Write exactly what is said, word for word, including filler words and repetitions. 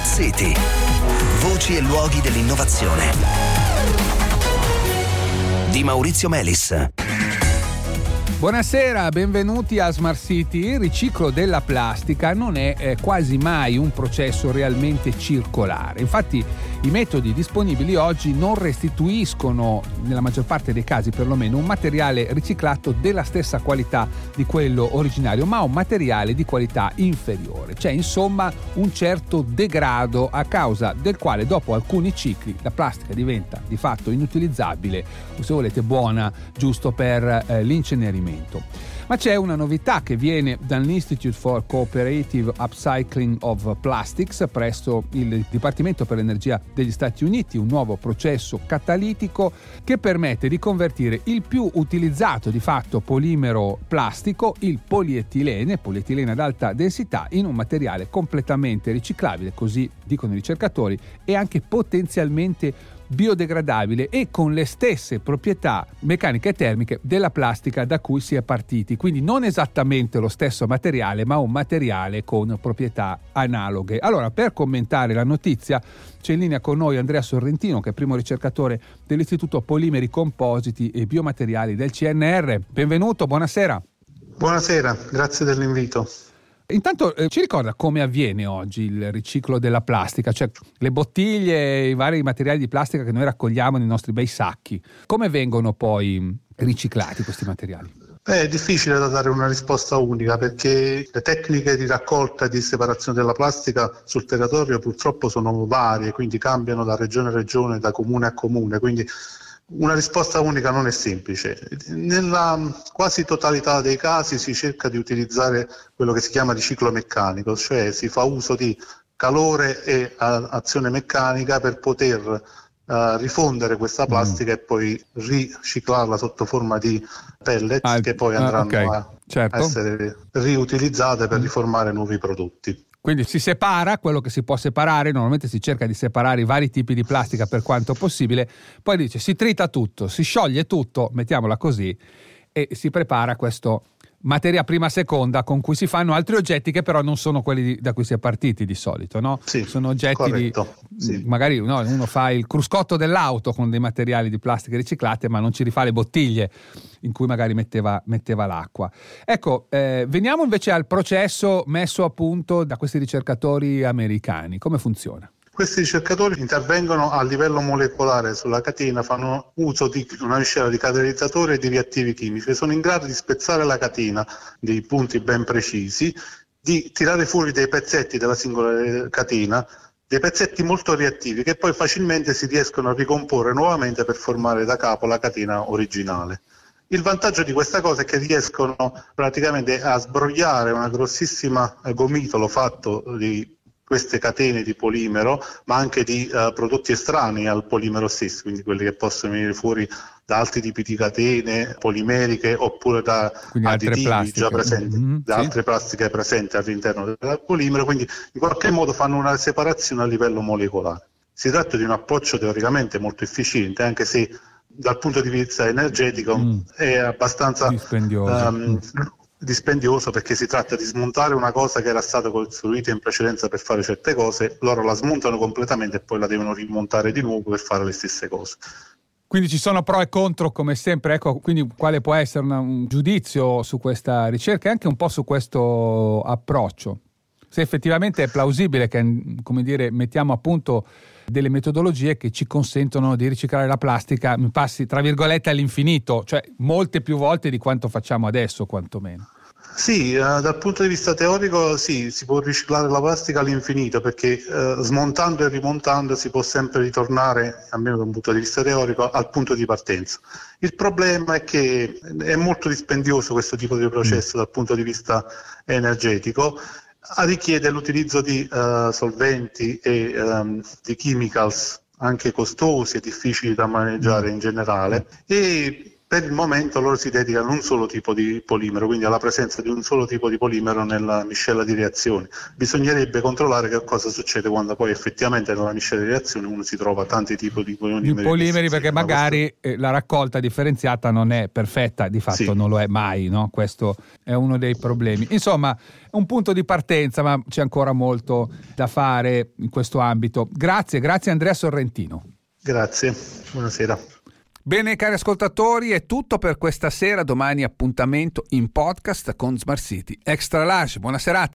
City. Voci e luoghi dell'innovazione. Di Maurizio Melis. Buonasera, benvenuti a Smart City. Il riciclo della plastica non è eh, quasi mai un processo realmente circolare. Infatti i metodi disponibili oggi non restituiscono, nella maggior parte dei casi perlomeno, un materiale riciclato della stessa qualità di quello originario, ma un materiale di qualità inferiore. C'è insomma un certo degrado a causa del quale dopo alcuni cicli la plastica diventa di fatto inutilizzabile o, se volete, buona giusto per eh, l'incenerimento. Ma c'è una novità che viene dall'Institute for Cooperative Upcycling of Plastics presso il Dipartimento per l'Energia degli Stati Uniti, un nuovo processo catalitico che permette di convertire il più utilizzato di fatto polimero plastico, il polietilene, polietilene ad alta densità, in un materiale completamente riciclabile, così dicono i ricercatori, e anche potenzialmente biodegradabile e con le stesse proprietà meccaniche e termiche della plastica da cui si è partiti. Quindi non esattamente lo stesso materiale, ma un materiale con proprietà analoghe. Allora, per commentare la notizia c'è in linea con noi Andrea Sorrentino, che è primo ricercatore dell'Istituto Polimeri Compositi e Biomateriali del C N R. Benvenuto, buonasera. Buonasera, grazie dell'invito. Intanto eh, ci ricorda come avviene oggi il riciclo della plastica, cioè le bottiglie, i vari materiali di plastica che noi raccogliamo nei nostri bei sacchi, come vengono poi riciclati questi materiali? È difficile da dare una risposta unica, perché le tecniche di raccolta e di separazione della plastica sul territorio purtroppo sono varie, quindi cambiano da regione a regione, da comune a comune, quindi una risposta unica non è semplice. Nella quasi totalità dei casi si cerca di utilizzare quello che si chiama riciclo meccanico, cioè si fa uso di calore e uh, azione meccanica per poter uh, rifondere questa plastica mm. e poi riciclarla sotto forma di pellet ah, che poi andranno uh, okay. a, certo. a essere riutilizzate per mm. riformare nuovi prodotti. Quindi si separa quello che si può separare, normalmente si cerca di separare i vari tipi di plastica per quanto possibile, poi dice si trita tutto, si scioglie tutto, mettiamola così, e si prepara questo materia prima seconda con cui si fanno altri oggetti che però non sono quelli da cui si è partiti di solito, no? Sì, sono oggetti corretto, di sì. magari no, uno fa il cruscotto dell'auto con dei materiali di plastica riciclate, ma non ci rifà le bottiglie in cui magari metteva, metteva l'acqua. Ecco, eh, veniamo invece al processo messo a punto da questi ricercatori americani. Come funziona? Questi ricercatori intervengono a livello molecolare sulla catena, fanno uso di una miscela di catalizzatori e di reattivi chimici, sono in grado di spezzare la catena dei punti ben precisi, di tirare fuori dei pezzetti della singola catena, dei pezzetti molto reattivi che poi facilmente si riescono a ricomporre nuovamente per formare da capo la catena originale. Il vantaggio di questa cosa è che riescono praticamente a sbrogliare una grossissima gomitolo fatto di queste catene di polimero, ma anche di uh, prodotti estranei al polimero stesso, quindi quelli che possono venire fuori da altri tipi di catene polimeriche oppure da quindi additivi già presenti, mm-hmm, da sì. altre plastiche presenti all'interno del polimero, quindi in qualche modo fanno una separazione a livello molecolare. Si tratta di un approccio teoricamente molto efficiente, anche se dal punto di vista energetico mm. è abbastanza dispendioso. Um, dispendioso perché si tratta di smontare una cosa che era stata costruita in precedenza per fare certe cose, loro la smontano completamente e poi la devono rimontare di nuovo per fare le stesse cose. Quindi ci sono pro e contro come sempre, ecco, quindi quale può essere una, un giudizio su questa ricerca e anche un po' su questo approccio? Se effettivamente è plausibile che, come dire, mettiamo a punto delle metodologie che ci consentono di riciclare la plastica, mi passi tra virgolette all'infinito, cioè molte più volte di quanto facciamo adesso quantomeno. Sì, eh, dal punto di vista teorico sì, si può riciclare la plastica all'infinito perché eh, smontando e rimontando si può sempre ritornare, almeno da un punto di vista teorico, al punto di partenza. Il problema è che è molto dispendioso questo tipo di processo mm. dal punto di vista energetico, richiede l'utilizzo di uh, solventi e um, di chemicals anche costosi e difficili da maneggiare in generale e Per il momento loro si dedicano a un solo tipo di polimero, quindi alla presenza di un solo tipo di polimero nella miscela di reazioni. Bisognerebbe controllare che cosa succede quando poi effettivamente nella miscela di reazioni uno si trova tanti tipi di polimeri. Di polimeri, perché magari questo... la raccolta differenziata non è perfetta, di fatto sì. non lo è mai, no? Questo è uno dei problemi. Insomma, è un punto di partenza, ma c'è ancora molto da fare in questo ambito. Grazie, grazie Andrea Sorrentino. Grazie, buonasera. Bene cari ascoltatori, è tutto per questa sera. Domani appuntamento in podcast con Smart City Extra Large. Buona serata.